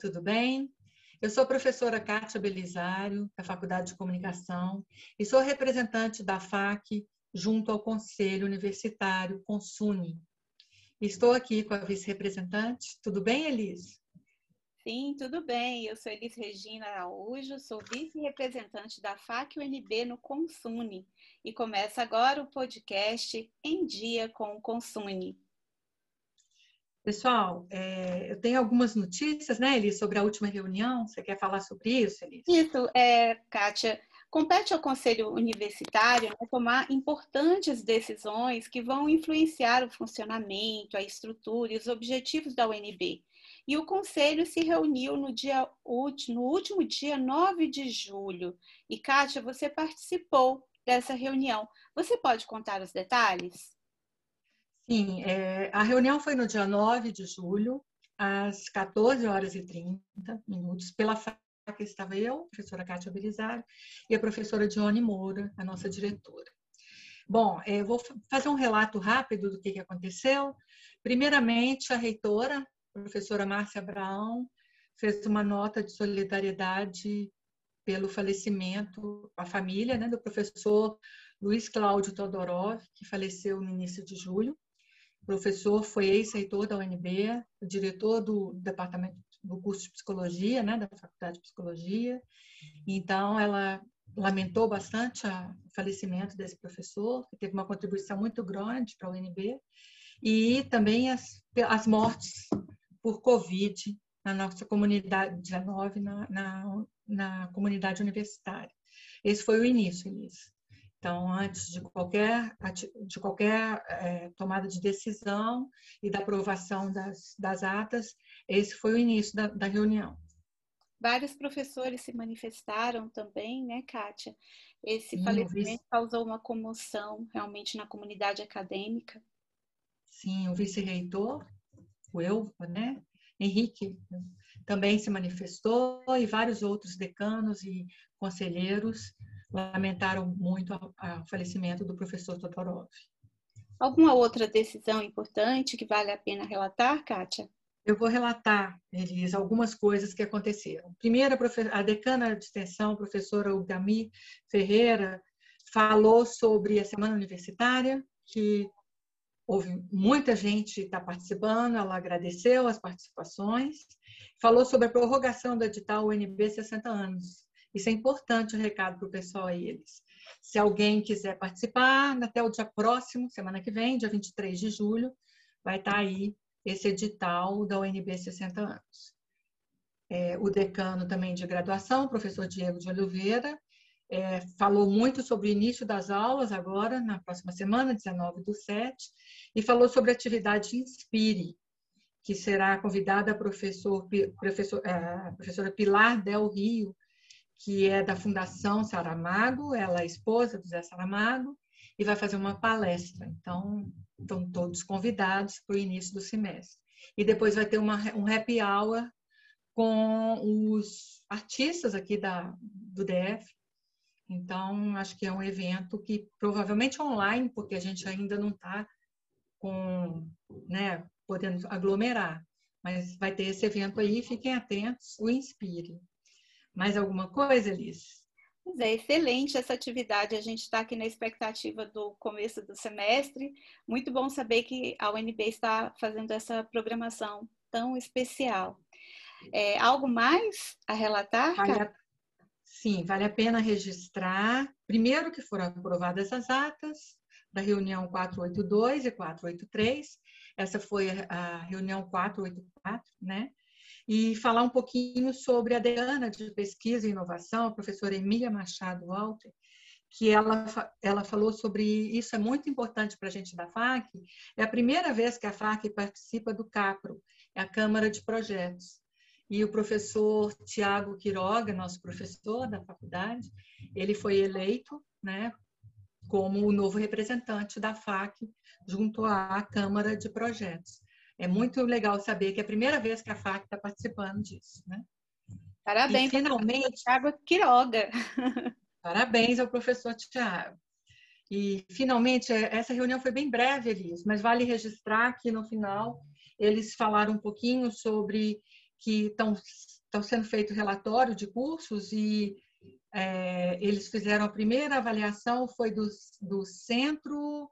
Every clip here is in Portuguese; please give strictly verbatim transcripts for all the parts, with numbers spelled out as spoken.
tudo bem? Eu sou a professora Kátia Belisário, da Faculdade de Comunicação, e sou representante da F A C junto ao Conselho Universitário CONSUNE. Estou aqui com a vice-representante. Tudo bem, Elis? Sim, tudo bem. Eu sou Elis Regina Araújo, sou vice-representante da F A C U N B no CONSUNE e começa agora o podcast Em Dia com o CONSUNE. Pessoal, é, eu tenho algumas notícias, né, Elis, sobre a última reunião. Você quer falar sobre isso, Elis? Isso, é, Kátia, compete ao Conselho Universitário, né, tomar importantes decisões que vão influenciar o funcionamento, a estrutura e os objetivos da U N B. E o Conselho se reuniu no, dia, no último dia nove de julho. E, Kátia, você participou dessa reunião. Você pode contar os detalhes? Sim, é, a reunião foi no dia nove de julho, às quatorze horas e trinta minutos, pela F A C estava eu, a professora Kátia Belisário, e a professora Dione Moura, a nossa diretora. Bom, eu vou fazer um relato rápido do que aconteceu. Primeiramente, a reitora, a professora Márcia Abraão, fez uma nota de solidariedade pelo falecimento, a família, né, do professor Luiz Cláudio Todorov, que faleceu no início de julho. O professor foi ex-reitor da U N B, diretor do departamento do curso de psicologia, né, da Faculdade de Psicologia. Então, ela lamentou bastante o falecimento desse professor, que teve uma contribuição muito grande para a U N B, e também as, as mortes por Covid na nossa comunidade, dezenove, na, na, na comunidade universitária. Esse foi o início, Elis. Então, antes de qualquer, de qualquer é, tomada de decisão e da aprovação das, das atas, esse foi o início da, da reunião. Vários professores se manifestaram também, né, Kátia? Esse Sim, falecimento vice... causou uma comoção realmente na comunidade acadêmica. Sim, o vice-reitor, o Elva, né? Henrique, também se manifestou, e vários outros decanos e conselheiros lamentaram muito o falecimento do professor Todorov. Alguma outra decisão importante que vale a pena relatar, Kátia? Eu vou relatar, Elis, algumas coisas que aconteceram. Primeiro, a decana de extensão, a professora Ugami Ferreira, falou sobre a Semana Universitária, que houve muita gente que está participando, ela agradeceu as participações, falou sobre a prorrogação do edital U N B sessenta anos. Isso é importante, o recado para o pessoal aí, eles. Se alguém quiser participar, até o dia próximo, semana que vem, dia vinte e três de julho, vai estar aí esse edital da U N B sessenta anos. É, o decano também de graduação, o professor Diego de Oliveira, é, falou muito sobre o início das aulas agora, na próxima semana, dezenove do sete, e falou sobre a atividade Inspire, que será convidada a, professor, professor, a professora Pilar Del Rio, que é da Fundação Saramago, ela é esposa do Zé Saramago, e vai fazer uma palestra. Então, estão todos convidados para o início do semestre. E depois vai ter uma, um happy hour com os artistas aqui da, do D F. Então, acho que é um evento que provavelmente online, porque a gente ainda não está com, né, podendo aglomerar. Mas vai ter esse evento aí, fiquem atentos, o Inspire. Mais alguma coisa, Elis? Pois é, excelente essa atividade. A gente está aqui na expectativa do começo do semestre. Muito bom saber que a U N B está fazendo essa programação tão especial. É, algo mais a relatar, Vale Kátia? a... Sim, vale a pena registrar, primeiro, que foram aprovadas as atas da reunião quatrocentos e oitenta e dois e quatrocentos e oitenta e três. Essa foi a reunião quatrocentos e oitenta e quatro, né? E falar um pouquinho sobre a decana de pesquisa e inovação, a professora Emília Machado Walter, que ela, ela falou sobre isso, é muito importante para a gente da F A C. É a primeira vez que a F A C participa do CAPRO, é a Câmara de Projetos. E o professor Tiago Quiroga, nosso professor da faculdade, ele foi eleito, né, como o novo representante da F A C junto à Câmara de Projetos. É muito legal saber que é a primeira vez que a F A C está participando disso, né? Parabéns, e finalmente, Tiago Quiroga. Parabéns ao professor Tiago. E finalmente, essa reunião foi bem breve, Elis, mas vale registrar que no final eles falaram um pouquinho sobre que estão estão sendo feito relatório de cursos e é, eles fizeram a primeira avaliação, foi do, do centro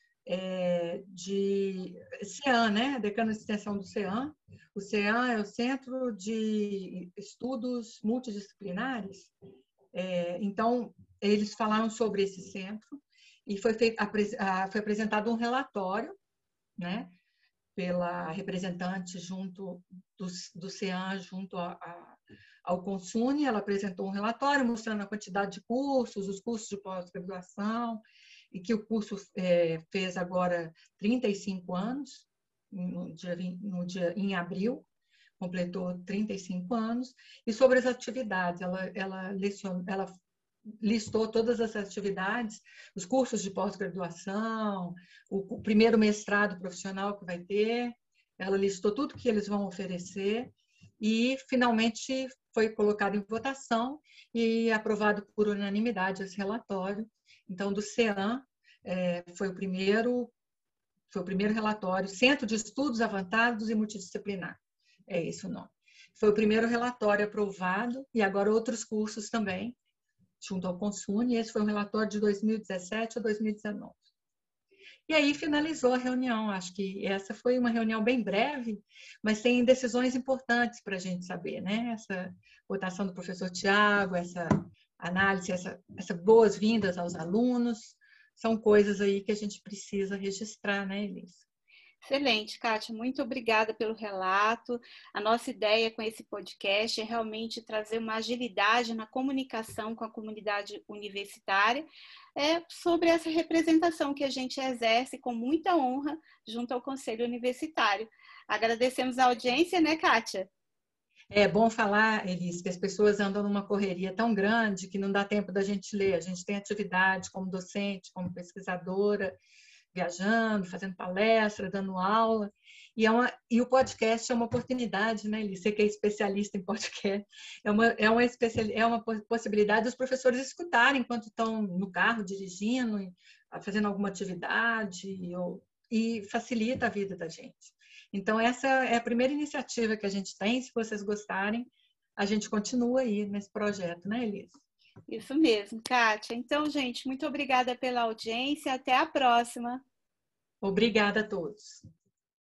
é, de CEAM, né? Decana de Extensão do CEAM. O CEAM é o Centro de Estudos Multidisciplinares. É, então, eles falaram sobre esse centro e foi, feito, foi apresentado um relatório, né, pela representante junto do, do CEAM junto a, a, ao Consune. Ela apresentou um relatório mostrando a quantidade de cursos, os cursos de pós-graduação, e que o curso é, fez agora trinta e cinco anos, no dia, no dia, em abril, completou trinta e cinco anos, e sobre as atividades, ela, ela, lecionou, ela listou todas as atividades, os cursos de pós-graduação, o, o primeiro mestrado profissional que vai ter, ela listou tudo que eles vão oferecer e, finalmente, foi colocado em votação e aprovado por unanimidade esse relatório. Então, do CEAM, é, foi o primeiro, foi o primeiro relatório, Centro de Estudos Avançados e Multidisciplinar, é esse o nome. Foi o primeiro relatório aprovado e agora outros cursos também, junto ao Consune. Esse foi um relatório de dois mil e dezessete a dois mil e dezenove. E aí finalizou a reunião. Acho que essa foi uma reunião bem breve, mas tem decisões importantes para a gente saber, né? Essa votação do professor Tiago, essa análise, essa, essa boas-vindas aos alunos, são coisas aí que a gente precisa registrar, né, Elis? Excelente, Kátia, muito obrigada pelo relato. A nossa ideia com esse podcast é realmente trazer uma agilidade na comunicação com a comunidade universitária é, sobre essa representação que a gente exerce com muita honra junto ao Conselho Universitário. Agradecemos a audiência, né, Kátia? É bom falar, Elis, que as pessoas andam numa correria tão grande que não dá tempo da gente ler. A gente tem atividade como docente, como pesquisadora, viajando, fazendo palestra, dando aula, e, é uma, e o podcast é uma oportunidade, né, Elis? Você que é especialista em podcast, é uma, é, uma especial, é uma possibilidade dos professores escutarem enquanto estão no carro, dirigindo, fazendo alguma atividade, ou, e facilita a vida da gente. Então, essa é a primeira iniciativa que a gente tem. Se vocês gostarem, a gente continua aí nesse projeto, né, Elis? Isso mesmo, Kátia. Então, gente, muito obrigada pela audiência. Até a próxima. Obrigada a todos.